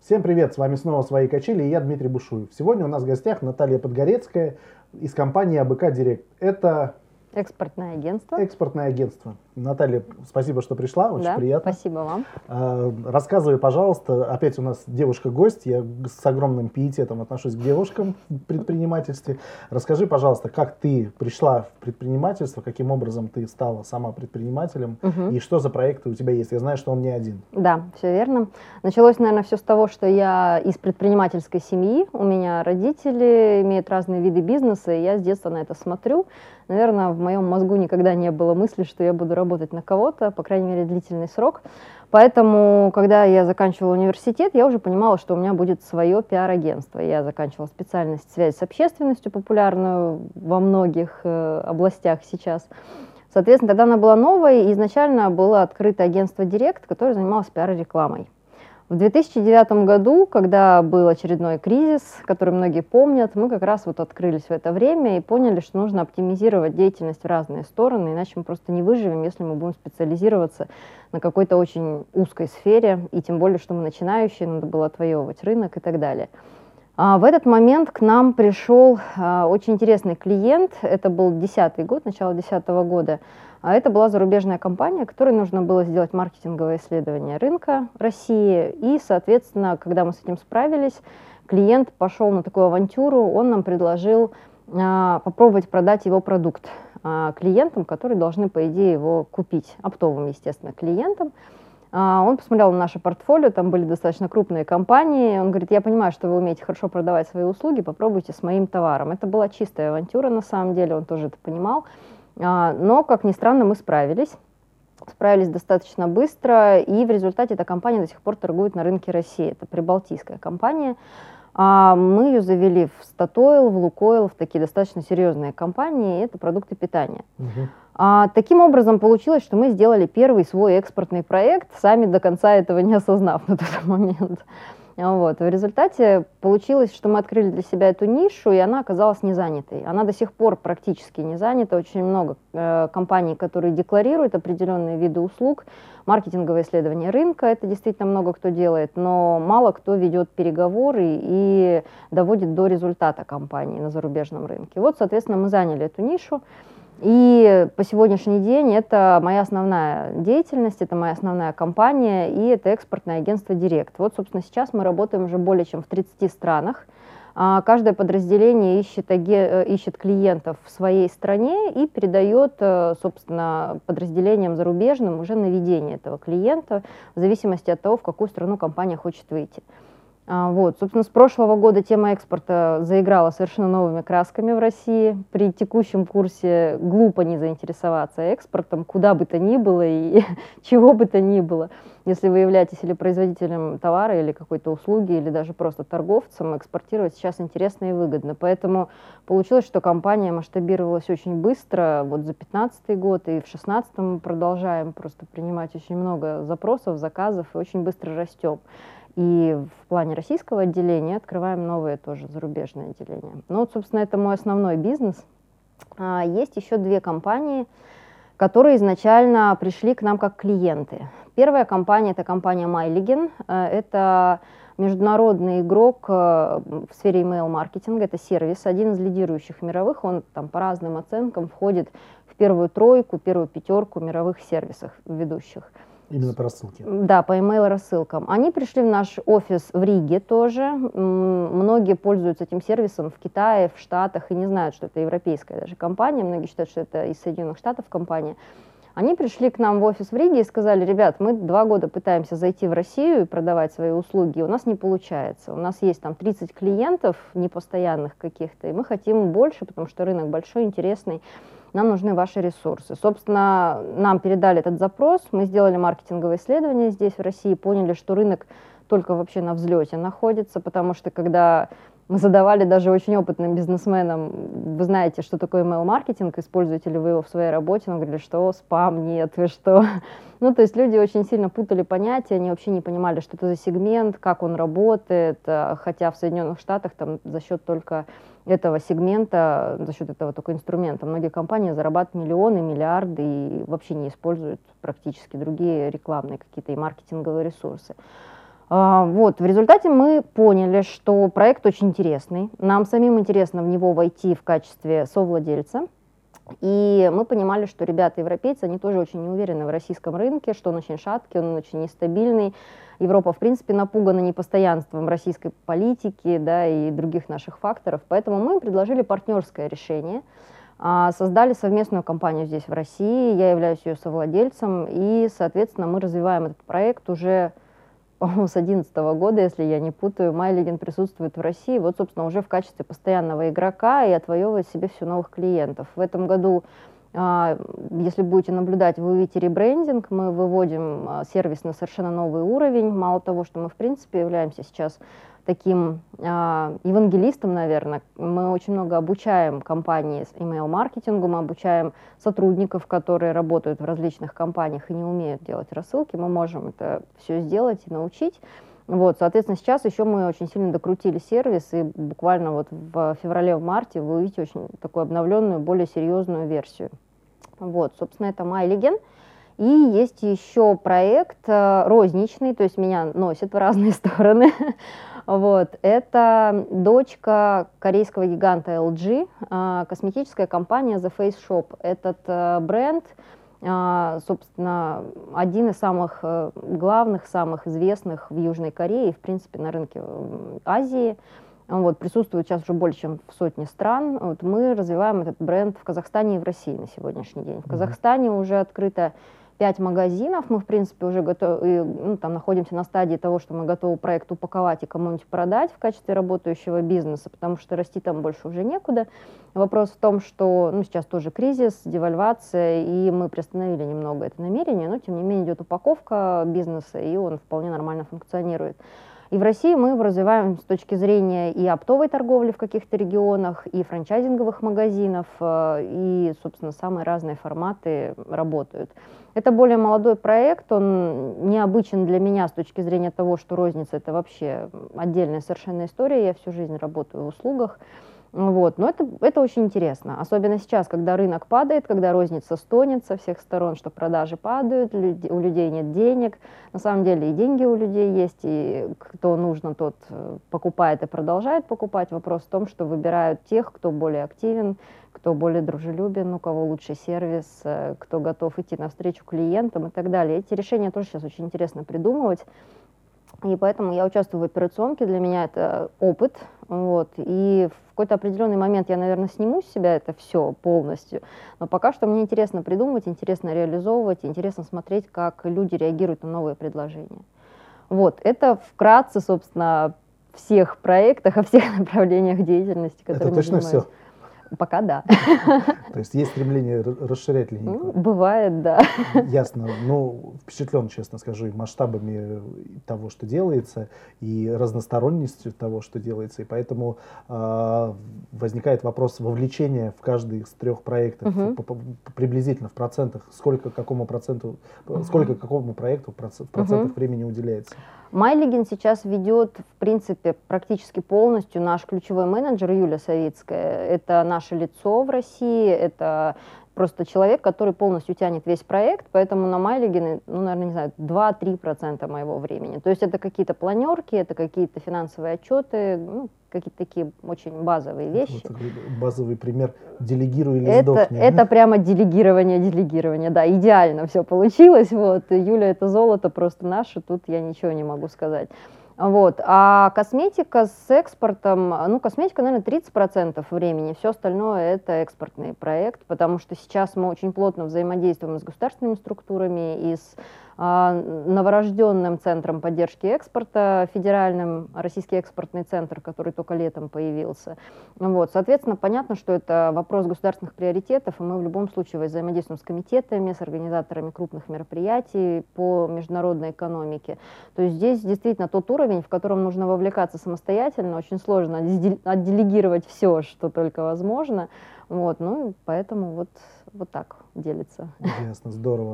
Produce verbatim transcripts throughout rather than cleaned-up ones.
Всем привет, с вами снова «Свои качели» и я, Дмитрий Бушуев. Сегодня у нас в гостях Наталья Подгорецкая из компании а бэ ка Директ. Это экспортное агентство. Экспортное агентство. Наталья, спасибо, что пришла, очень да, приятно. Спасибо вам. А, рассказывай, пожалуйста, опять у нас девушка-гость, я с огромным пиететом отношусь к девушкам в предпринимательстве. Расскажи, пожалуйста, как ты пришла в предпринимательство, каким образом ты стала сама предпринимателем, угу. и что за проекты у тебя есть? Я знаю, что он не один. Да, все верно. Началось, наверное, все с того, что я из предпринимательской семьи, у меня родители имеют разные виды бизнеса, и я с детства на это смотрю. Наверное, в моем мозгу никогда не было мысли, что я буду работать на кого-то, по крайней мере, длительный срок. Поэтому, когда я заканчивала университет, я уже понимала, что у меня будет свое пиар-агентство. Я заканчивала специальность «Связь с общественностью», популярную во многих э, областях сейчас. Соответственно, тогда она была новой, и изначально было открыто агентство «Директ», которое занималось пиар-рекламой. В две тысячи девятом году, когда был очередной кризис, который многие помнят, мы как раз вот открылись в это время и поняли, что нужно оптимизировать деятельность в разные стороны, иначе мы просто не выживем, если мы будем специализироваться на какой-то очень узкой сфере, и тем более, что мы начинающие, надо было отвоевывать рынок и так далее. А в этот момент к нам пришел а, очень интересный клиент, это был десятый год, начало десятого года. А это была зарубежная компания, которой нужно было сделать маркетинговое исследование рынка России. И, соответственно, когда мы с этим справились, клиент пошел на такую авантюру, он нам предложил а, попробовать продать его продукт а, клиентам, которые должны, по идее, его купить, оптовым, естественно, клиентам. А, он посмотрел на наше портфолио, там были достаточно крупные компании. Он говорит: я понимаю, что вы умеете хорошо продавать свои услуги, попробуйте с моим товаром. Это была чистая авантюра, на самом деле, он тоже это понимал. Но, как ни странно, мы справились. Справились достаточно быстро, и в результате эта компания до сих пор торгует на рынке России. Это прибалтийская компания. Мы ее завели в Статойл, в Лукойл, в такие достаточно серьезные компании, и это продукты питания. Угу. Таким образом получилось, что мы сделали первый свой экспортный проект, сами до конца этого не осознав на тот момент. Вот. В результате получилось, что мы открыли для себя эту нишу, и она оказалась не занятой. Она до сих пор практически не занята. Очень много э, компаний, которые декларируют определенные виды услуг. Маркетинговое исследование рынка, это действительно много кто делает, но мало кто ведет переговоры и доводит до результата компании на зарубежном рынке. Вот, соответственно, мы заняли эту нишу. И по сегодняшний день это моя основная деятельность, это моя основная компания, и это экспортное агентство «Директ». Вот, собственно, сейчас мы работаем уже более чем в тридцати странах. Каждое подразделение ищет, ищет клиентов в своей стране и передает, собственно, подразделениям зарубежным уже на ведение этого клиента в зависимости от того, в какую страну компания хочет выйти. Вот, собственно, с прошлого года тема экспорта заиграла совершенно новыми красками в России. При текущем курсе глупо не заинтересоваться экспортом, куда бы то ни было и чего бы то ни было. Если вы являетесь или производителем товара, или какой-то услуги, или даже просто торговцем, экспортировать сейчас интересно и выгодно. Поэтому получилось, что компания масштабировалась очень быстро. Вот за пятнадцатый год и в шестнадцатом мы продолжаем просто принимать очень много запросов, заказов и очень быстро растем. И в плане российского отделения открываем новые тоже зарубежные отделения. Ну вот, собственно, это мой основной бизнес. Есть еще две компании, которые изначально пришли к нам как клиенты. Первая компания – это компания Майлиген. Это международный игрок в сфере email-маркетинга. Это сервис, один из лидирующих мировых. Он там по разным оценкам входит в первую тройку, первую пятерку мировых сервисов ведущих. Именно по рассылке? Да, по email-рассылкам. Они пришли в наш офис в Риге тоже. Многие пользуются этим сервисом в Китае, в Штатах и не знают, что это европейская даже компания. Многие считают, что это из Соединенных Штатов компания. Они пришли к нам в офис в Риге и сказали: ребят, мы два года пытаемся зайти в Россию и продавать свои услуги, у нас не получается. У нас есть там тридцать клиентов непостоянных каких-то, и мы хотим больше, потому что рынок большой, интересный. Нам нужны ваши ресурсы. Собственно, нам передали этот запрос, мы сделали маркетинговое исследование здесь, в России, поняли, что рынок только вообще на взлете находится, потому что когда мы задавали даже очень опытным бизнесменам: вы знаете, что такое email-маркетинг, используете ли вы его в своей работе? Мы говорили, что спам, нет, вы что? Ну, то есть люди очень сильно путали понятия, они вообще не понимали, что это за сегмент, как он работает, хотя в Соединенных Штатах там за счет только этого сегмента, за счет этого только инструмента многие компании зарабатывают миллионы, миллиарды и вообще не используют практически другие рекламные какие-то и маркетинговые ресурсы. Вот, в результате мы поняли, что проект очень интересный. Нам самим интересно в него войти в качестве совладельца. И мы понимали, что ребята-европейцы, они тоже очень не уверены в российском рынке, что он очень шаткий, он очень нестабильный. Европа, в принципе, напугана непостоянством российской политики, да, и других наших факторов. Поэтому мы им предложили партнерское решение. Создали совместную компанию здесь, в России. Я являюсь ее совладельцем. И, соответственно, мы развиваем этот проект уже, по-моему, с две тысячи одиннадцатого года, если я не путаю. MyLegend присутствует в России, вот, собственно, уже в качестве постоянного игрока и отвоевывает себе все новых клиентов. В этом году, если будете наблюдать, вы увидите ребрендинг, мы выводим сервис на совершенно новый уровень. Мало того, что мы, в принципе, являемся сейчас таким э, евангелистом, наверное. Мы очень много обучаем компании с email-маркетингу, мы обучаем сотрудников, которые работают в различных компаниях и не умеют делать рассылки. Мы можем это все сделать и научить. Вот, соответственно, сейчас еще мы очень сильно докрутили сервис, и буквально вот в феврале, в марте вы увидите очень такую обновленную, более серьезную версию. Вот, собственно, это MyLegend. И есть еще проект э, розничный, то есть меня носит в разные стороны. Вот. Это дочка корейского гиганта эл джи, э, косметическая компания The Face Shop. Этот э, бренд, э, собственно, один из самых э, главных, самых известных в Южной Корее и, в принципе, на рынке Азии. Вот, присутствует сейчас уже больше, чем в сотне стран. Вот, мы развиваем этот бренд в Казахстане и в России на сегодняшний день. В Казахстане уже открыто пять магазинов, мы, в принципе, уже готовы, ну, там, находимся на стадии того, что мы готовы проект упаковать и кому-нибудь продать в качестве работающего бизнеса, потому что расти там больше уже некуда. Вопрос в том, что ну, сейчас тоже кризис, девальвация, и мы приостановили немного это намерение, но, тем не менее, идет упаковка бизнеса, и он вполне нормально функционирует. И в России мы его развиваем с точки зрения и оптовой торговли в каких-то регионах, и франчайзинговых магазинов, и, собственно, самые разные форматы работают. Это более молодой проект, он необычен для меня с точки зрения того, что розница – это вообще отдельная совершенно история, я всю жизнь работаю в услугах. Вот. Но это, это очень интересно, особенно сейчас, когда рынок падает, когда розница стонет со всех сторон, что продажи падают, люди, у людей нет денег. На самом деле и деньги у людей есть, и кто нужно, тот покупает и продолжает покупать. Вопрос в том, что выбирают тех, кто более активен, кто более дружелюбен, у кого лучший сервис, кто готов идти навстречу клиентам и так далее. Эти решения тоже сейчас очень интересно придумывать. И поэтому я участвую в операционке, для меня это опыт. Вот. И в какой-то определенный момент я, наверное, сниму с себя это все полностью. Но пока что мне интересно придумывать, интересно реализовывать, интересно смотреть, как люди реагируют на новые предложения. Вот. Это вкратце, собственно, о всех проектах, о всех направлениях деятельности, которыми я занимаюсь. Это точно все? Пока да. То есть есть стремление расширять линейку? Ну, бывает, да. Ясно. Ну, впечатлен, честно скажу, и масштабами того, что делается, и разносторонностью того, что делается. И поэтому э, возникает вопрос вовлечения в каждый из трех проектов угу. приблизительно в процентах. Сколько какому проценту, угу. сколько какому проекту в процентах угу. времени уделяется? MyLegend сейчас ведет, в принципе, практически полностью наш ключевой менеджер Юля Савицкая. Это наше лицо в России, это просто человек, который полностью тянет весь проект, поэтому на MyLegend, ну, наверное, не знаю, два-три процента моего времени. То есть это какие-то планерки, это какие-то финансовые отчеты, ну, какие-то такие очень базовые вещи. Вот базовый пример «делегируй или это, сдохни». Это прямо делегирование, делегирование, да, идеально все получилось. Вот. Юля, это золото просто наше, тут я ничего не могу сказать. Вот. А косметика с экспортом, ну, косметика, наверное, тридцать процентов времени, все остальное это экспортный проект, потому что сейчас мы очень плотно взаимодействуем с государственными структурами и с э, новорожденным центром поддержки экспорта, федеральным Российский экспортный центр, который только летом появился. Вот. Соответственно, понятно, что это вопрос государственных приоритетов, и мы в любом случае взаимодействуем с комитетами, с организаторами крупных мероприятий по международной экономике. То есть здесь действительно тот уровень, в котором нужно вовлекаться самостоятельно, очень сложно отделегировать все, что только возможно. Вот, ну и поэтому вот, вот так делится. Ясно, здорово.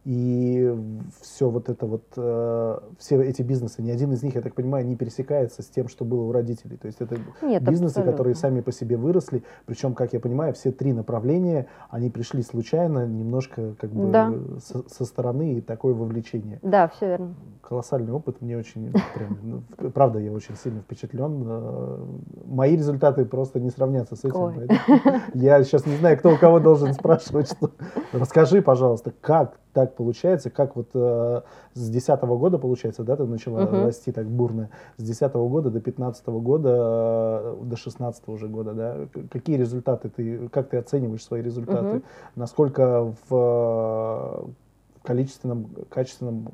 и все вот это вот, э, все эти бизнесы, ни один из них, я так понимаю, не пересекается с тем, что было у родителей. То есть это Нет, бизнесы, абсолютно. которые сами по себе выросли, причем, как я понимаю, все три направления, они пришли случайно, немножко как бы Да. со, со стороны, и такое вовлечение. Да, все верно. Колоссальный опыт, мне очень, прям, ну, правда, я очень сильно впечатлен. Э, Мои результаты просто не сравнятся с этим. Ой. поэтому Я сейчас не знаю, кто у кого должен спрашивать, что. Расскажи, пожалуйста, как так получается, как вот э, с десятого года, получается, да, ты начала Мгм. расти так бурно, с десятого года до пятнадцатого года, э, до шестнадцатого уже года, да, К- какие результаты ты, как ты оцениваешь свои результаты, Мгм. насколько в э, количественном, качественном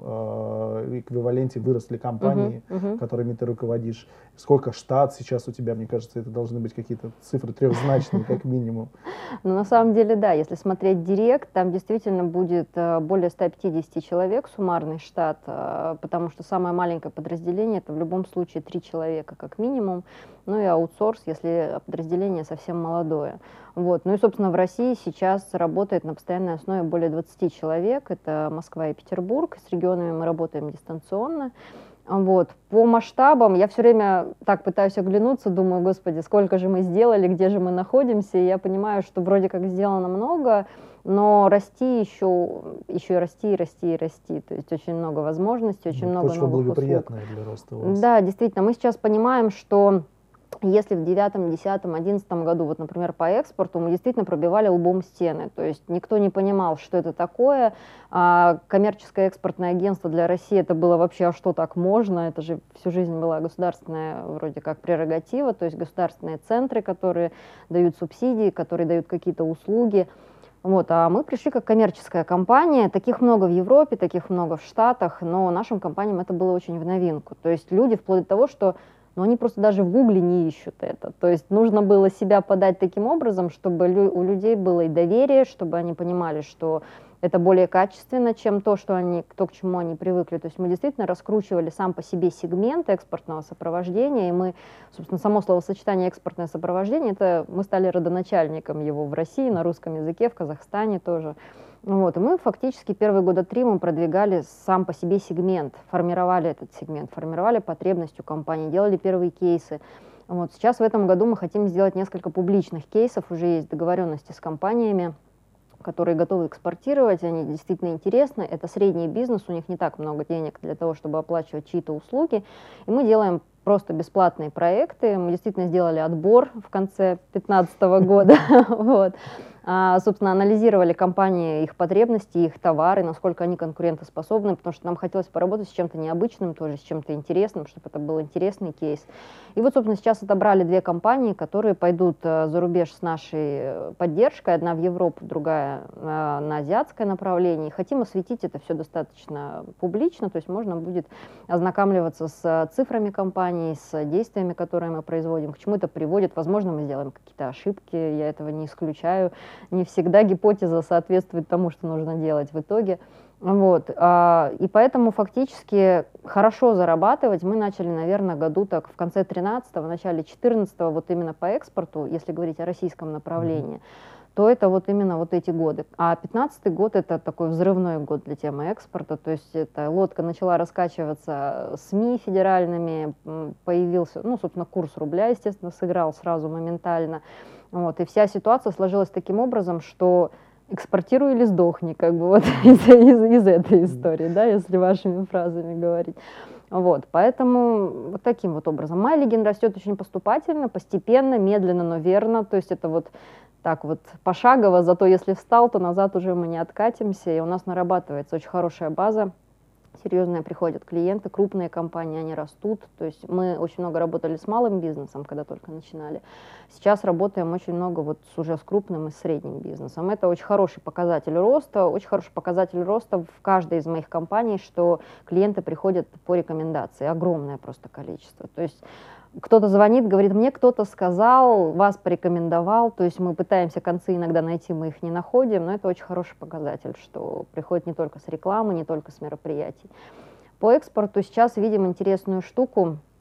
э, эквиваленте выросли компании, Мгм. Мгм. которыми ты руководишь, сколько штат сейчас у тебя, мне кажется, это должны быть какие-то цифры трехзначные, как минимум. Ну, на самом деле, да, если смотреть директ, там действительно будет э, более ста пятидесяти человек суммарный штат, э, потому что самое маленькое подразделение это в любом случае три человека как минимум, ну и аутсорс, если подразделение совсем молодое. Вот. Ну и, собственно, в России сейчас работает на постоянной основе более двадцати человек, это Москва и Петербург, с регионами мы работаем дистанционно. Вот. По масштабам я все время так пытаюсь оглянуться, думаю, господи, сколько же мы сделали, где же мы находимся, и я понимаю, что вроде как сделано много, но расти еще, еще и расти, и расти, и расти, то есть очень много возможностей, очень Ну, много почва новых услуг. благоприятная для роста у вас. Да, действительно, мы сейчас понимаем, что если в девятом, десятом, одиннадцатом году, вот, например, по экспорту, мы действительно пробивали лбом стены, то есть никто не понимал, что это такое. А коммерческое экспортное агентство для России это было вообще, а что так можно? Это же всю жизнь была государственная вроде как прерогатива, то есть государственные центры, которые дают субсидии, которые дают какие-то услуги. Вот, а мы пришли как коммерческая компания, таких много в Европе, таких много в Штатах, но нашим компаниям это было очень в новинку. То есть люди вплоть до того, что ну, они просто даже в Гугле не ищут это. То есть нужно было себя подать таким образом, чтобы лю- у людей было и доверие, чтобы они понимали, что это более качественно, чем то, что они, то, к чему они привыкли. То есть мы действительно раскручивали сам по себе сегмент экспортного сопровождения, и мы, собственно, само словосочетание экспортное сопровождение, это мы стали родоначальником его в России, на русском языке, в Казахстане тоже. Вот, и мы фактически первые года три мы продвигали сам по себе сегмент, формировали этот сегмент, формировали потребность у компании, делали первые кейсы. Вот, сейчас в этом году мы хотим сделать несколько публичных кейсов, уже есть договоренности с компаниями, которые готовы экспортировать, они действительно интересны. Это средний бизнес, у них не так много денег для того, чтобы оплачивать чьи-то услуги. И мы делаем просто бесплатные проекты. Мы действительно сделали отбор в конце две тысячи пятнадцатого года. Вот. А, собственно, анализировали компании, их потребности, их товары, насколько они конкурентоспособны, потому что нам хотелось поработать с чем-то необычным, тоже с чем-то интересным, чтобы это был интересный кейс. И вот, собственно, сейчас отобрали две компании, которые пойдут э, за рубеж с нашей э, поддержкой. Одна в Европу, другая э, на азиатское направление. И хотим осветить это все достаточно публично, то есть можно будет ознакомливаться с цифрами компании, с действиями, которые мы производим, к чему это приводит. Возможно, мы сделаем какие-то ошибки, я этого не исключаю. Не всегда гипотеза соответствует тому, что нужно делать в итоге. Вот. а, И поэтому фактически хорошо зарабатывать мы начали, наверное, году так в конце тринадцатого, начале четырнадцатого, вот именно по экспорту, если говорить о российском направлении, mm-hmm. то это вот именно вот эти годы. А пятнадцатый год это такой взрывной год для темы экспорта, то есть эта лодка начала раскачиваться СМИ федеральными, появился, ну, собственно, курс рубля, естественно, сыграл сразу моментально. Вот. И вся ситуация сложилась таким образом, что экспортируй или сдохни, как бы вот из, из, из этой истории, да, если вашими фразами говорить. Вот, поэтому вот таким вот образом. Майлиген растет очень поступательно, постепенно, медленно, но верно, то есть это вот так вот пошагово, зато если встал, то назад уже мы не откатимся, и у нас нарабатывается очень хорошая база. Серьезные приходят клиенты, крупные компании, они растут. То есть мы очень много работали с малым бизнесом, когда только начинали. Сейчас работаем очень много вот с, уже с крупным и средним бизнесом. Это очень хороший показатель роста. Очень хороший показатель роста в каждой из моих компаний, что клиенты приходят по рекомендации. Огромное просто количество. То есть кто-то звонит, говорит, мне кто-то сказал, вас порекомендовал, то есть мы пытаемся концы иногда найти, мы их не находим, но это очень хороший показатель, что приходит не только с рекламы, не только с мероприятий. По экспорту сейчас видим интересную штуку.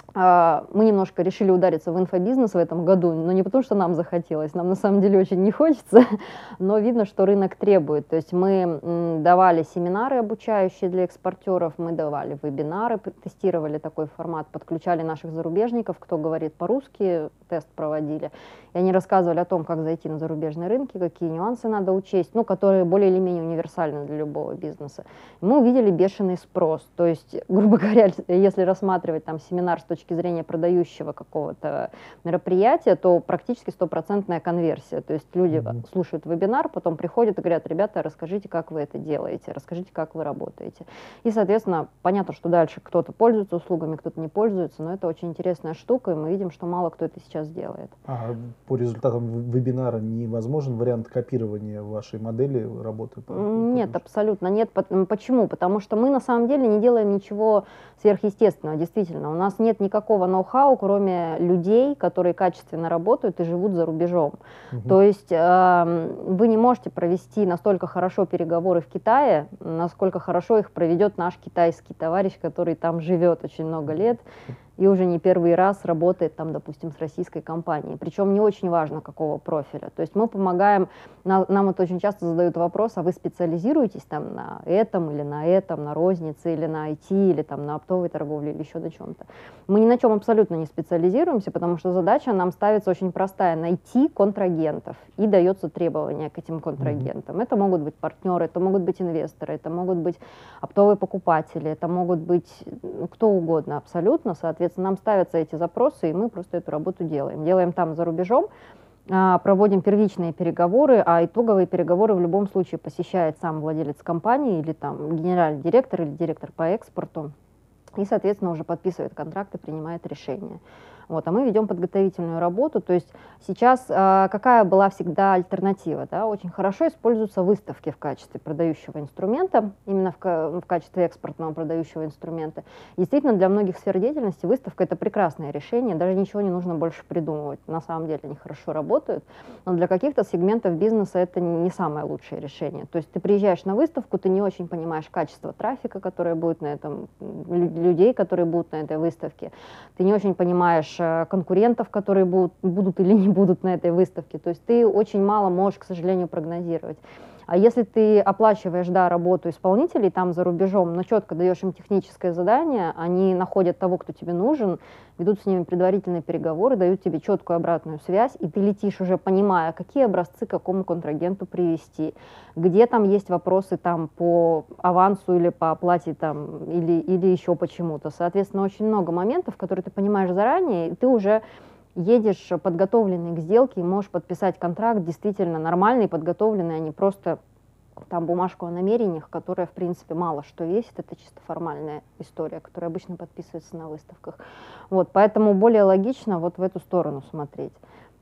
Мы немножко решили удариться в инфобизнес в этом году, но не потому, что нам захотелось, нам на самом деле очень не хочется, но видно, что рынок требует. То есть мы давали семинары обучающие для экспортеров, мы давали вебинары, тестировали такой формат, подключали наших зарубежников, кто говорит по-русски, тест проводили. И они рассказывали о том, как зайти на зарубежные рынки, какие нюансы надо учесть, ну, которые более или менее универсальны для любого бизнеса. И мы увидели бешеный спрос. То есть, грубо говоря, если рассматривать там семинар с точки зрения продающего какого-то мероприятия, то практически стопроцентная конверсия. То есть люди mm-hmm. слушают вебинар, потом приходят и говорят: ребята, расскажите, как вы это делаете, расскажите, как вы работаете. И, соответственно, понятно, что дальше кто-то пользуется услугами, кто-то не пользуется, но это очень интересная штука, и мы видим, что мало кто это сейчас делает. А по результатам вебинара невозможен вариант копирования вашей модели работы? Нет, абсолютно нет. Почему? Потому что мы на самом деле не делаем ничего сверхъестественного, действительно. У нас нет никакого ноу-хау, кроме людей, которые качественно работают и живут за рубежом. Угу. То есть э, вы не можете провести настолько хорошо переговоры в Китае, насколько хорошо их проведет наш китайский товарищ, который там живет очень много лет и уже не первый раз работает там, допустим, с российской компанией. Причем не очень важно, какого профиля. То есть мы помогаем, на, нам вот очень часто задают вопрос: а вы специализируетесь там на этом или на этом, на рознице или на ай ти, или там на оптовой торговле, или еще на чем-то. Мы ни на чем абсолютно не специализируемся, потому что задача нам ставится очень простая: найти контрагентов, и дается требование к этим контрагентам. Mm-hmm. Это могут быть партнеры, это могут быть инвесторы, это могут быть оптовые покупатели, это могут быть кто угодно абсолютно. Соответственно, нам ставятся эти запросы, и мы просто эту работу делаем. Делаем там за рубежом, проводим первичные переговоры, а итоговые переговоры в любом случае посещает сам владелец компании или там генеральный директор или директор по экспорту, и, соответственно, уже подписывает контракт и принимает решение. Вот, а мы ведем подготовительную работу. То есть сейчас э, какая была всегда альтернатива? Да? Очень хорошо используются выставки в качестве продающего инструмента, именно в, в качестве экспортного продающего инструмента. Действительно, для многих сфер деятельности выставка — это прекрасное решение, даже ничего не нужно больше придумывать. На самом деле они хорошо работают, но для каких-то сегментов бизнеса это не самое лучшее решение. То есть ты приезжаешь на выставку, ты не очень понимаешь качество трафика, которое будет на этом, людей, которые будут на этой выставке, ты не очень понимаешь конкурентов, которые будут, будут или не будут на этой выставке. То есть ты очень мало можешь, к сожалению, прогнозировать. А если ты оплачиваешь, да, работу исполнителей там за рубежом, но четко даешь им техническое задание, они находят того, кто тебе нужен, ведут с ними предварительные переговоры, дают тебе четкую обратную связь, и ты летишь уже понимая, какие образцы какому контрагенту привести, где там есть вопросы там по авансу или по оплате там, или, или еще почему-то. Соответственно, очень много моментов, которые ты понимаешь заранее, и ты уже едешь подготовленный к сделке и можешь подписать контракт действительно нормальный, подготовленный, а не просто там бумажку о намерениях, которая, в принципе, мало что весит. Это чисто формальная история, которая обычно подписывается на выставках. Вот, поэтому более логично вот в эту сторону смотреть.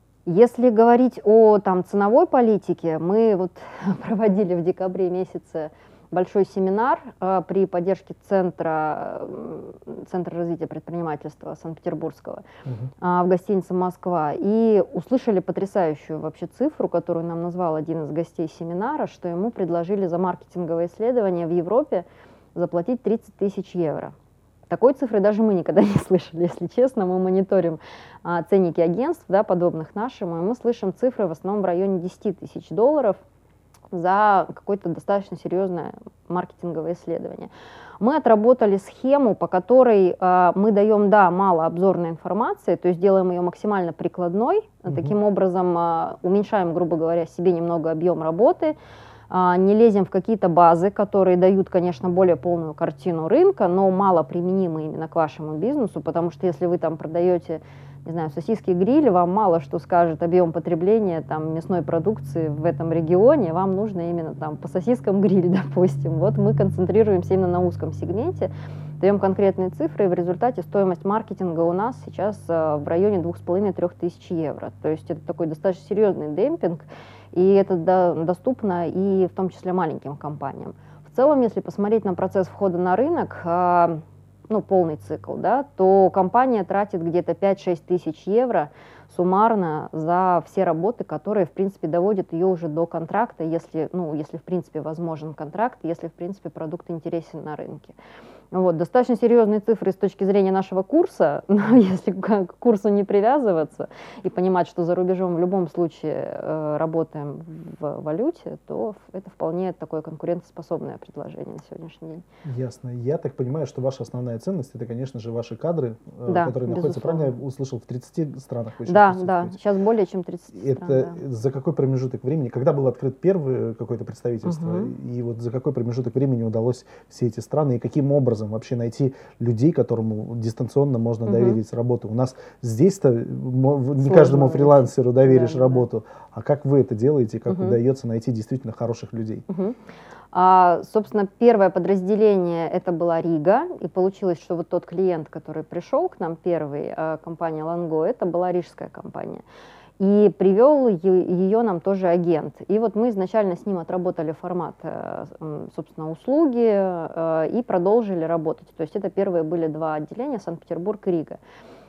Если говорить о там, ценовой политике, мы вот проводили в декабре месяце большой семинар э, при поддержке Центра, Центра развития предпринимательства Санкт-Петербургского uh-huh. э, в гостинице «Москва», и услышали потрясающую вообще цифру, которую нам назвал один из гостей семинара, что ему предложили за маркетинговое исследование в Европе заплатить тридцать тысяч евро. Такой цифры даже мы никогда не слышали, если честно. Мы мониторим а, ценники агентств, да, подобных нашим, и мы слышим цифры в основном в районе десять тысяч долларов за какое-то достаточно серьезное маркетинговое исследование. Мы отработали схему, по которой э, мы даем, да, мало обзорной информации, то есть делаем ее максимально прикладной, mm-hmm. таким образом э, уменьшаем, грубо говоря, себе немного объем работы, э, не лезем в какие-то базы, которые дают, конечно, более полную картину рынка, но мало применимы именно к вашему бизнесу, потому что если вы там продаете, не знаю, сосиски гриль, вам мало что скажет объем потребления там, мясной продукции в этом регионе, вам нужно именно там по сосискам гриль, допустим. Вот мы концентрируемся именно на узком сегменте, даем конкретные цифры, и в результате стоимость маркетинга у нас сейчас в районе двух с половиной — трёх тысяч евро. То есть это такой достаточно серьезный демпинг, и это доступно и в том числе маленьким компаниям. В целом, если посмотреть на процесс входа на рынок, ну, полный цикл, да, то компания тратит где-то пять-шесть тысяч евро суммарно за все работы, которые, в принципе, доводят ее уже до контракта, если, ну, если в принципе, возможен контракт, если, в принципе, продукт интересен на рынке. Вот, достаточно серьезные цифры с точки зрения нашего курса, но если к курсу не привязываться и понимать, что за рубежом в любом случае э, работаем в валюте, то это вполне такое конкурентоспособное предложение на сегодняшний день. Ясно. Я так понимаю, что ваша основная ценность — это, конечно же, ваши кадры, Да, которые находятся, безусловно. правильно я услышал, в тридцати странах вы сейчас Да, да, присутствуете? сейчас более чем тридцать Это стран, да. за какой промежуток времени, когда был открыт первое какое-то представительство, Мгм. и вот за какой промежуток времени удалось все эти страны, и каким образом вообще найти людей, которому дистанционно можно Мгм. доверить работу? У нас здесь-то мо- не Сложно каждому очень. фрилансеру доверишь Да, да, да. работу, а как вы это делаете, как Мгм. удается найти действительно хороших людей? Мгм. А, собственно, первое подразделение это была Рига, и получилось, что вот тот клиент, который пришел к нам первый, а, компания Lango, это была рижская компания. И привел ее нам тоже агент. И вот мы изначально с ним отработали формат, э, м, собственно, услуги э, и продолжили работать. То есть это первые были два отделения, Санкт-Петербург и Рига.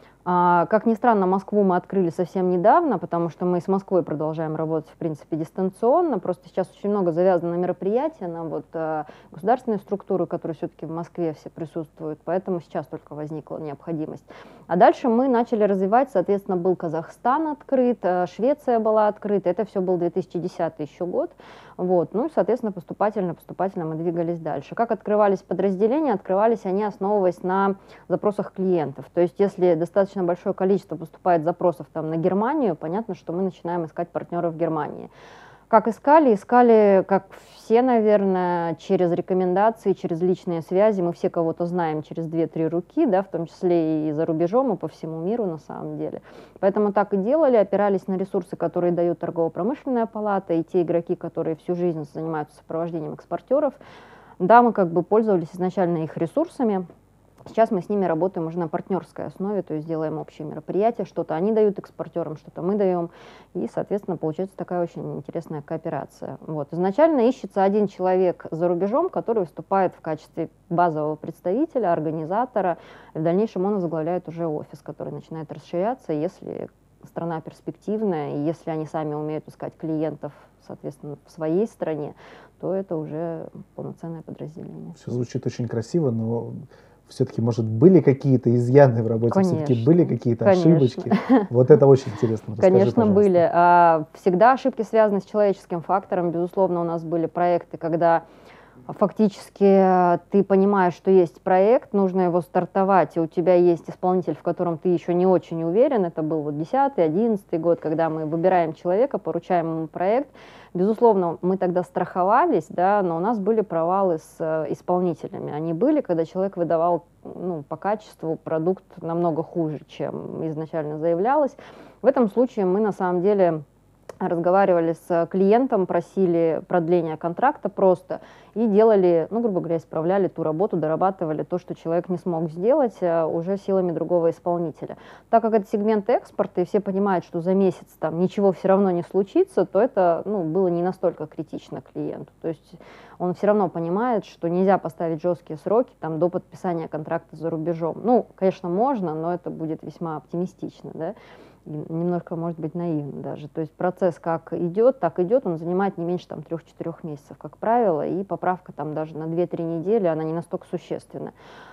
А, Как ни странно, Москву мы открыли совсем недавно, потому что мы с Москвой продолжаем работать, в принципе, дистанционно. Просто сейчас очень много завязано на мероприятия, на вот, э, государственные структуры, которые все-таки в Москве все присутствуют, поэтому сейчас только возникла необходимость. А дальше мы начали развивать, соответственно, был Казахстан открыт, э, Швеция была открыта, это все был две тысячи десятый еще год. Вот. Ну и, соответственно, поступательно, поступательно мы двигались дальше. Как открывались подразделения? Открывались они, основываясь на запросах клиентов. То есть если достаточно большое количество поступает запросов там, на Германию, понятно, что мы начинаем искать партнеров в Германии. Как искали? Искали, как все, наверное, через рекомендации, через личные связи. Мы все кого-то знаем через две-три руки, да, в том числе и за рубежом, и по всему миру на самом деле. Поэтому так и делали, опирались на ресурсы, которые дают торгово-промышленная палата, и те игроки, которые всю жизнь занимаются сопровождением экспортеров. Да, мы как бы пользовались изначально их ресурсами. Сейчас мы с ними работаем уже на партнерской основе, то есть делаем общие мероприятия, что-то они дают экспортерам, что-то мы даем, и, соответственно, получается такая очень интересная кооперация. Вот. Изначально ищется один человек за рубежом, который выступает в качестве базового представителя, организатора, и в дальнейшем он возглавляет уже офис, который начинает расширяться, если страна перспективная, и если они сами умеют искать клиентов, соответственно, в своей стране, то это уже полноценное подразделение. Все звучит очень красиво, но все-таки, может, были какие-то изъяны в работе, все-таки были какие-то конечно. ошибочки? Вот это очень интересно. Расскажи, Конечно, пожалуйста. были. А, Всегда ошибки связаны с человеческим фактором. Безусловно, у нас были проекты, когда фактически э, ты понимаешь, что есть проект, нужно его стартовать, и у тебя есть исполнитель, в котором ты еще не очень уверен. Это был вот десятый, одиннадцатый год, когда мы выбираем человека, поручаем ему проект. Безусловно, мы тогда страховались, да, но у нас были провалы с э, исполнителями. Они были, когда человек выдавал, ну, по качеству продукт намного хуже, чем изначально заявлялось. В этом случае мы на самом деле разговаривали с клиентом, просили продления контракта просто и делали, ну, грубо говоря, исправляли ту работу, дорабатывали то, что человек не смог сделать, уже силами другого исполнителя. Так как это сегмент экспорта, и все понимают, что за месяц там ничего все равно не случится, то это, ну, было не настолько критично клиенту. То есть он все равно понимает, что нельзя поставить жесткие сроки там, до подписания контракта за рубежом. Ну, конечно, можно, но это будет весьма оптимистично, да? Немножко, может быть, наивно даже. То есть процесс как идет, так идет, он занимает не меньше там трех-четырех месяцев, как правило, и поправка там даже на две-три недели, она не настолько существенна.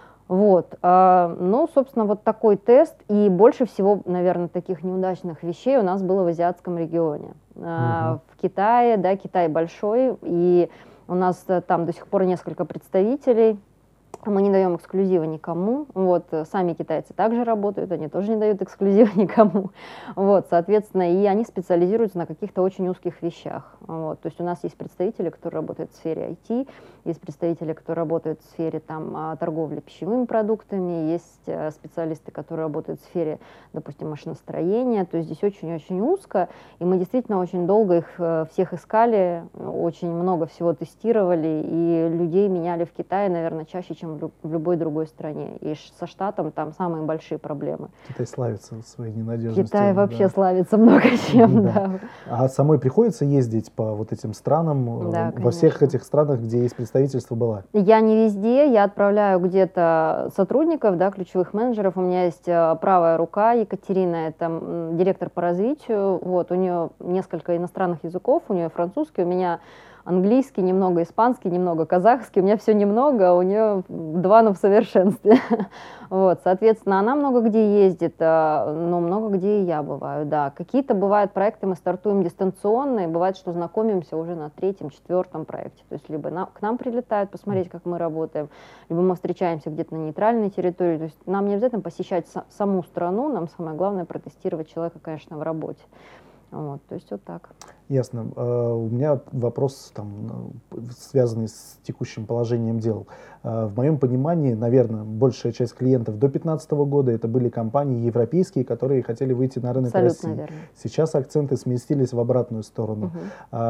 Вот. Ну, собственно, вот такой тест, и больше всего, наверное, таких неудачных вещей у нас было в азиатском регионе. Угу. В Китае, да, Китай большой, и у нас там до сих пор несколько представителей. Мы не даем эксклюзива никому. Вот, сами китайцы также работают, они тоже не дают эксклюзива никому. Вот, соответственно, и они специализируются на каких-то очень узких вещах. Вот, то есть у нас есть представители, которые работают в сфере ай ти, есть представители, которые работают в сфере там, торговли пищевыми продуктами, есть специалисты, которые работают в сфере, допустим, машиностроения. То есть здесь очень-очень узко, и мы действительно очень долго их всех искали, очень много всего тестировали, и людей меняли в Китае, наверное, чаще, чем в любой другой стране. И со Штатом там самые большие проблемы. Китай славится своей ненадежностью. Китай вообще да. славится много чем, да. да. А самой приходится ездить по вот этим странам, да, во конечно. всех этих странах, где есть представительство, была? Я не везде, я отправляю где-то сотрудников, да, ключевых менеджеров. У меня есть правая рука Екатерина, это директор по развитию. Вот, у нее несколько иностранных языков, у нее французский, у меня английский, немного испанский, немного казахский. У меня все немного, а у нее два, но в совершенстве. Вот, соответственно, она много где ездит, но много где и я бываю, да. Какие-то бывают проекты, мы стартуем дистанционно, и бывает, что знакомимся уже на третьем, четвертом проекте. То есть либо на, к нам прилетают посмотреть, как мы работаем, либо мы встречаемся где-то на нейтральной территории. То есть нам не обязательно посещать са- саму страну, нам самое главное протестировать человека, конечно, в работе. Вот, то есть вот так. Ясно. А, У меня вопрос, там, э, связанный с текущим положением дел. А, В моем понимании, наверное, большая часть клиентов до две тысячи пятнадцатого года это были компании европейские, которые хотели выйти на рынок Абсолютно России. верно. Сейчас акценты сместились в обратную сторону. Мгм.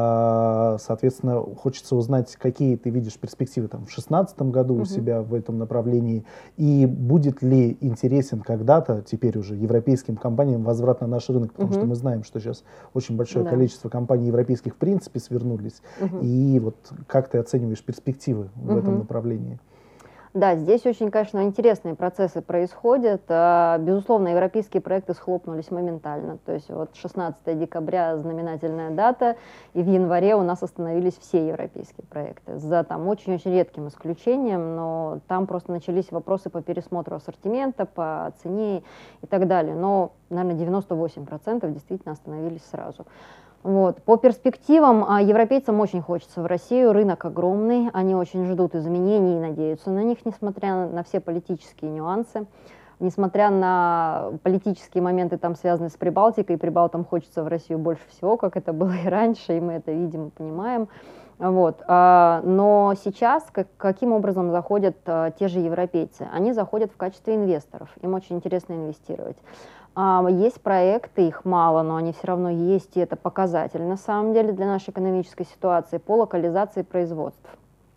А, Соответственно, хочется узнать, какие ты видишь перспективы там, в две тысячи шестнадцатом году у Мгм. себя в этом направлении, и будет ли интересен когда-то, теперь уже, европейским компаниям возврат на наш рынок, потому что Мгм. мы знаем, что сейчас очень большое Да. количество компаний европейских в принципе свернулись. Мгм. И вот как ты оцениваешь перспективы в этом Мгм. направлении? Да, здесь очень, конечно, интересные процессы происходят. А, Безусловно, европейские проекты схлопнулись моментально. То есть вот шестнадцатое декабря знаменательная дата, и в январе у нас остановились все европейские проекты. За там очень-очень редким исключением, но там просто начались вопросы по пересмотру ассортимента, по цене и так далее. Но, наверное, девяносто восемь процентов действительно остановились сразу. Вот. По перспективам, а, европейцам очень хочется в Россию, рынок огромный, они очень ждут изменений и надеются на них, несмотря на все политические нюансы. Несмотря на политические моменты, там связанные с Прибалтикой, прибалтам хочется в Россию больше всего, как это было и раньше, и мы это видим и понимаем. Вот. а, Но сейчас как- каким образом заходят а, те же европейцы? Они заходят в качестве инвесторов, им очень интересно инвестировать. А, Есть проекты, их мало, но они все равно есть, и это показатель на самом деле для нашей экономической ситуации по локализации производств.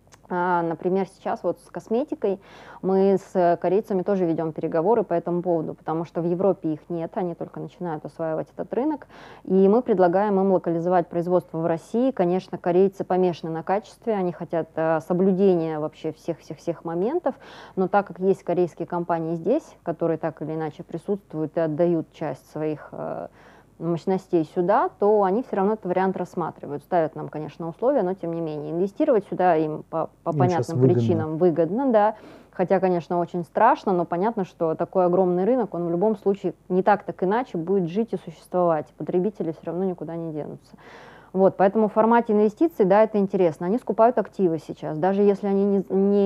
А, Например, сейчас вот с косметикой мы с корейцами тоже ведем переговоры по этому поводу, потому что в Европе их нет, они только начинают осваивать этот рынок, и мы предлагаем им локализовать производство в России. Конечно, корейцы помешаны на качестве, они хотят э, соблюдения вообще всех-всех-всех моментов, но так как есть корейские компании здесь, которые так или иначе присутствуют и отдают часть своих э, мощностей сюда, то они все равно этот вариант рассматривают. Ставят нам, конечно, условия, но тем не менее. Инвестировать сюда им по, по Им понятным щас выгодно. причинам выгодно, да. Хотя, конечно, очень страшно, но понятно, что такой огромный рынок, он в любом случае не так, так иначе будет жить и существовать. Потребители все равно никуда не денутся. Вот, поэтому в формате инвестиций, да, это интересно. Они скупают активы сейчас. Даже если они не,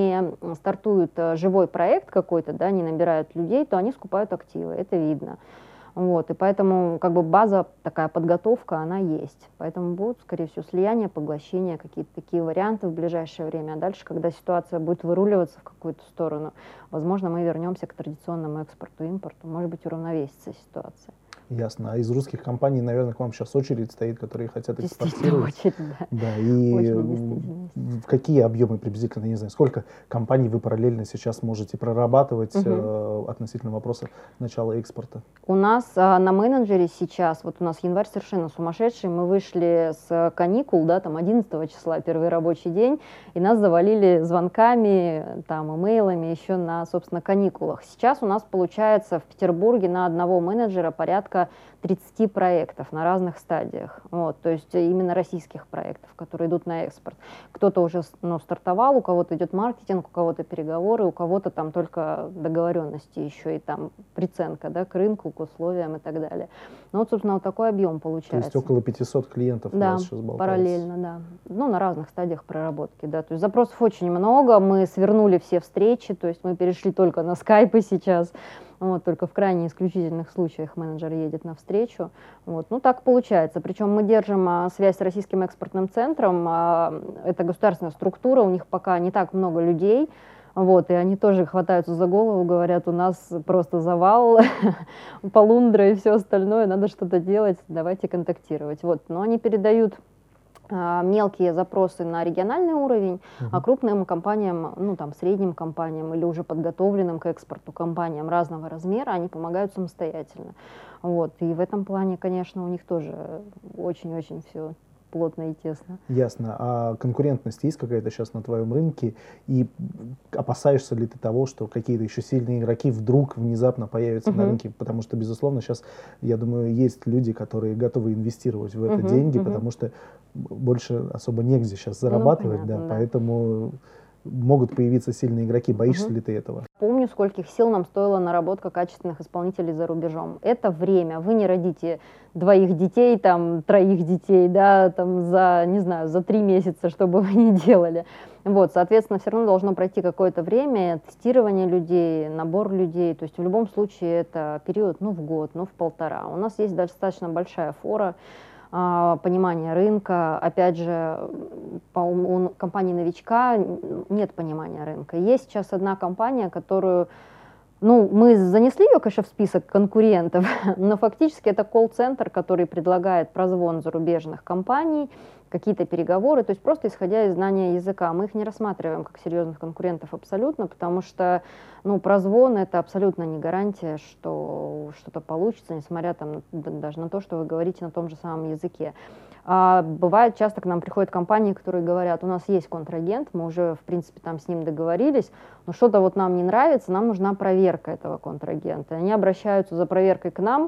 не стартуют э, живой проект какой-то, да, не набирают людей, то они скупают активы, это видно. Вот, и поэтому как бы база, такая подготовка, она есть. Поэтому будут, скорее всего, слияния, поглощения, какие-то такие варианты в ближайшее время. А дальше, когда ситуация будет выруливаться в какую-то сторону, возможно, мы вернемся к традиционному экспорту, импорту. Может быть, уравновесится ситуация. Ясно. А из русских компаний, наверное, к вам сейчас очередь стоит, которые хотят Действительно, экспортировать. очередь, да. Да, и Очередь в- действительно есть. в какие объемы приблизительно, я не знаю, сколько компаний вы параллельно сейчас можете прорабатывать Мгм. э, относительно вопроса начала экспорта? У нас а, на менеджере сейчас, вот у нас январь совершенно сумасшедший, мы вышли с каникул, да, там одиннадцатого числа, первый рабочий день, и нас завалили звонками, там, имейлами еще на, собственно, каникулах. Сейчас у нас получается в Петербурге на одного менеджера порядка тридцати проектов на разных стадиях, вот, то есть именно российских проектов, которые идут на экспорт. Кто-то уже ну, стартовал, у кого-то идет маркетинг, у кого-то переговоры, у кого-то там только договоренности еще и там приценка, да, к рынку, к условиям и так далее. Ну вот, собственно, вот такой объем получается. То есть около пятисот клиентов у Да, вас сейчас болтается. параллельно, да. Ну, на разных стадиях проработки, да. То есть запросов очень много, мы свернули все встречи, то есть мы перешли только на скайпы сейчас. Вот, только в крайне исключительных случаях менеджер едет навстречу. Вот. Ну, так получается. Причем мы держим а, связь с Российским экспортным центром. А, это государственная структура, у них пока не так много людей. Вот, и они тоже хватаются за голову, говорят, у нас просто завал, полундра и все остальное, надо что-то делать, давайте контактировать. Вот. Но они передают а, мелкие запросы на региональный уровень, Мгм. а крупным компаниям, ну там средним компаниям или уже подготовленным к экспорту компаниям разного размера, они помогают самостоятельно. Вот. И в этом плане, конечно, у них тоже очень-очень все плотно и тесно. Ясно. А конкурентность есть какая-то сейчас на твоем рынке? И опасаешься ли ты того, что какие-то еще сильные игроки вдруг внезапно появятся uh-huh. на рынке? Потому что, безусловно, сейчас, я думаю, есть люди, которые готовы инвестировать в это uh-huh. деньги, uh-huh. потому что больше особо негде сейчас зарабатывать, ну, понятно, да, да. Поэтому могут появиться сильные игроки. Боишься угу. ли ты этого? Помню, скольких сил нам стоила наработка качественных исполнителей за рубежом. Это время. Вы не родите двоих детей, там, троих детей, да, там, за, не знаю, за три месяца, что бы вы ни делали. Вот, соответственно, все равно должно пройти какое-то время, тестирование людей, набор людей. То есть в любом случае это период, ну, в год, ну, в полтора. У нас есть достаточно большая фора, понимание рынка. Опять же, по, у компании-новичка нет понимания рынка. Есть сейчас одна компания, которую, ну, мы занесли ее, конечно, в список конкурентов, но фактически это колл-центр, который предлагает прозвон зарубежных компаний, какие-то переговоры, то есть просто исходя из знания языка. Мы их не рассматриваем как серьезных конкурентов абсолютно, потому что, ну, прозвон — это абсолютно не гарантия, что что-то получится, несмотря там, даже на то, что вы говорите на том же самом языке. А бывает, часто к нам приходят компании, которые говорят: у нас есть контрагент, мы уже, в принципе, там с ним договорились, но что-то вот нам не нравится, нам нужна проверка этого контрагента. Они обращаются за проверкой к нам,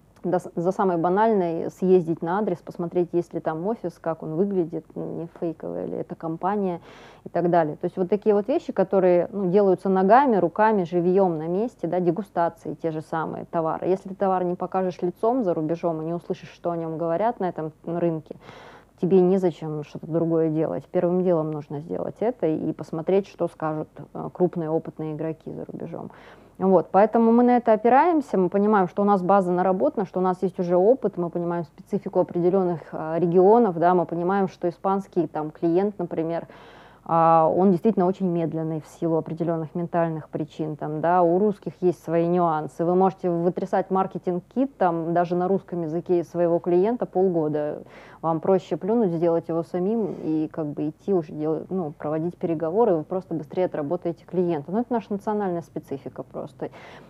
за самой банальной съездить на адрес, посмотреть, есть ли там офис, как он выглядит, не фейковый ли это компания и так далее. То есть вот такие вот вещи, которые, ну, делаются ногами, руками, живьем на месте, да, дегустации, те же самые товары. Если ты товар не покажешь лицом за рубежом и не услышишь, что о нем говорят на этом рынке, тебе незачем что-то другое делать. Первым делом нужно сделать это и посмотреть, что скажут крупные опытные игроки за рубежом. Вот, поэтому мы на это опираемся, мы понимаем, что у нас база наработана, что у нас есть уже опыт, мы понимаем специфику определенных а, регионов, да, мы понимаем, что испанский там, клиент, например, а, он действительно очень медленный в силу определенных ментальных причин. Там, да, у русских есть свои нюансы. Вы можете вытрясать маркетинг-кит там, даже на русском языке из своего клиента полгода. Вам проще плюнуть, сделать его самим и как бы идти уже делать, ну, проводить переговоры, вы просто быстрее отработаете клиента. Но это наша национальная специфика просто.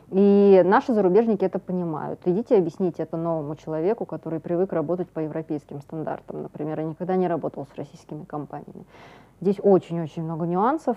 И наши зарубежники это понимают. Идите объясните это новому человеку, который привык работать по европейским стандартам, например, и никогда не работал с российскими компаниями. Здесь очень-очень много нюансов.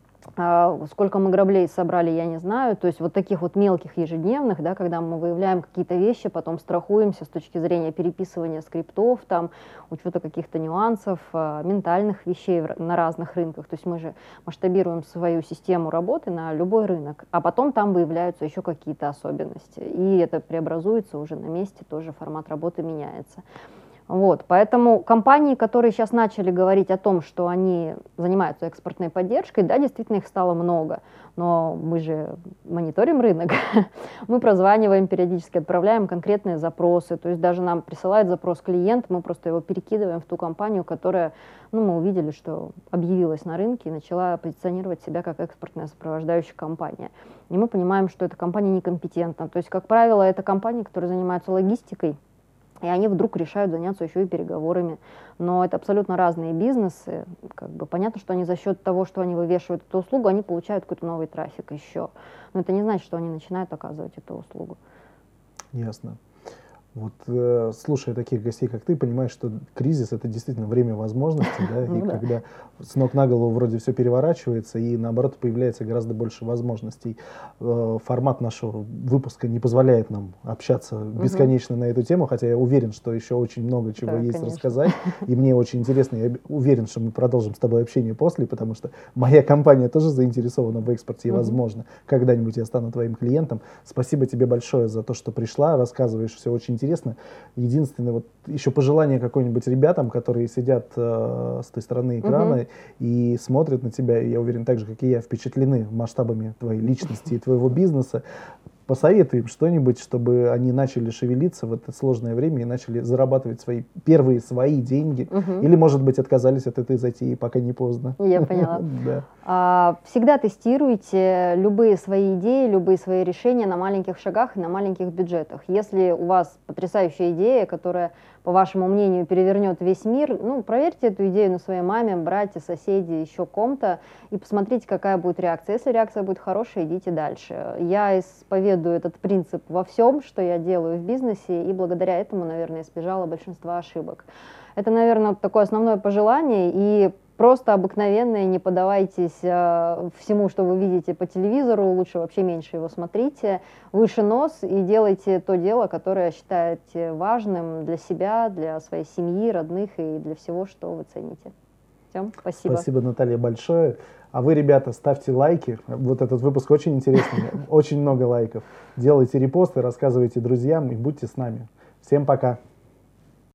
Сколько мы граблей собрали, я не знаю. То есть вот таких вот мелких ежедневных, да, когда мы выявляем какие-то вещи, потом страхуемся с точки зрения переписывания скриптов, там, учета каких-то нюансов, ментальных вещей на разных рынках. То есть мы же масштабируем свою систему работы на любой рынок, а потом там выявляются еще какие-то особенности. И это преобразуется уже на месте, тоже формат работы меняется. Вот, поэтому компании, которые сейчас начали говорить о том, что они занимаются экспортной поддержкой, да, действительно их стало много, но мы же мониторим рынок, мы прозваниваем периодически, отправляем конкретные запросы, то есть даже нам присылает запрос клиент, мы просто его перекидываем в ту компанию, которая, ну, мы увидели, что объявилась на рынке и начала позиционировать себя как экспортная сопровождающая компания. И мы понимаем, что эта компания некомпетентна, то есть, как правило, это компании, которые занимаются логистикой, и они вдруг решают заняться еще и переговорами. Но это абсолютно разные бизнесы. Как бы понятно, что они за счет того, что они вывешивают эту услугу, они получают какой-то новый трафик еще. Но это не значит, что они начинают оказывать эту услугу. Ясно. Вот, э, слушая таких гостей, как ты, понимаешь, что кризис — это действительно время возможностей, да, и когда с ног на голову вроде все переворачивается, и наоборот появляется гораздо больше возможностей. Э, формат нашего выпуска не позволяет нам общаться бесконечно на эту тему, хотя я уверен, что еще очень много чего Да, есть конечно. рассказать, и мне очень интересно, я уверен, что мы продолжим с тобой общение после, потому что моя компания тоже заинтересована в экспорте, и, возможно, когда-нибудь я стану твоим клиентом. Спасибо тебе большое за то, что пришла, рассказываешь все очень интересно. Интересно. Единственное, вот еще пожелание какой-нибудь ребятам, которые сидят э, с той стороны экрана uh-huh. и смотрят на тебя, и я уверен, так же, как и я, впечатлены масштабами твоей личности и твоего бизнеса. Посоветуй им что-нибудь, чтобы они начали шевелиться в это сложное время и начали зарабатывать свои первые свои деньги. Uh-huh. Или, может быть, отказались от этой затеи, пока не поздно. Я поняла. Да. А, всегда тестируйте любые свои идеи, любые свои решения на маленьких шагах и на маленьких бюджетах. Если у вас потрясающая идея, которая по вашему мнению, перевернет весь мир, ну, проверьте эту идею на своей маме, брате, соседе, еще ком-то, и посмотрите, какая будет реакция. Если реакция будет хорошая, идите дальше. Я исповедую этот принцип во всем, что я делаю в бизнесе, и благодаря этому, наверное, избежала большинства ошибок. Это, наверное, такое основное пожелание, и просто обыкновенное, не поддавайтесь э, всему, что вы видите по телевизору, лучше вообще меньше его смотрите, выше нос и делайте то дело, которое считаете важным для себя, для своей семьи, родных и для всего, что вы цените. Все, спасибо. Спасибо, Наталья, большое. А вы, ребята, ставьте лайки. Вот этот выпуск очень интересный, очень много лайков. Делайте репосты, рассказывайте друзьям и будьте с нами. Всем пока.